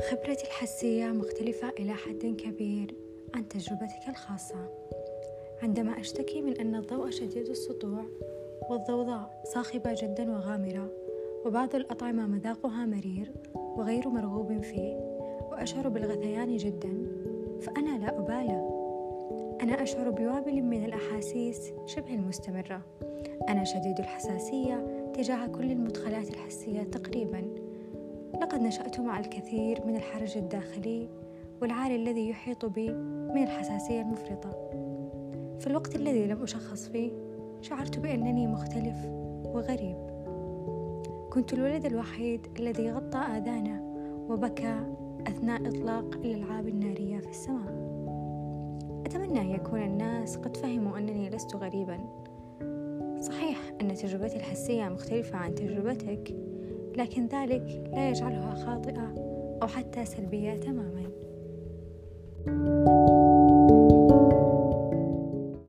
خبرتي الحسية مختلفة إلى حد كبير عن تجربتك الخاصة. عندما أشتكي من أن الضوء شديد السطوع والضوضاء صاخبة جدا وغامرة، وبعض الأطعمة مذاقها مرير وغير مرغوب فيه، وأشعر بالغثيان جدا، فأنا لا أبالغ. أنا أشعر بوابل من الأحاسيس شبه المستمرة. أنا شديد الحساسية تجاه كل المدخلات الحسية تقريبا. لقد نشأت مع الكثير من الحرج الداخلي والعار الذي يحيط بي من الحساسية المفرطة. في الوقت الذي لم أشخص فيه شعرت بأنني مختلف وغريب. كنت الولد الوحيد الذي غطى آذانه وبكى أثناء إطلاق الألعاب النارية في السماء. أتمنى أن يكون الناس قد فهموا أنني لست غريبا. صحيح أن تجربتي الحسية مختلفة عن تجربتك، لكن ذلك لا يجعلها خاطئة أو حتى سلبية تماما.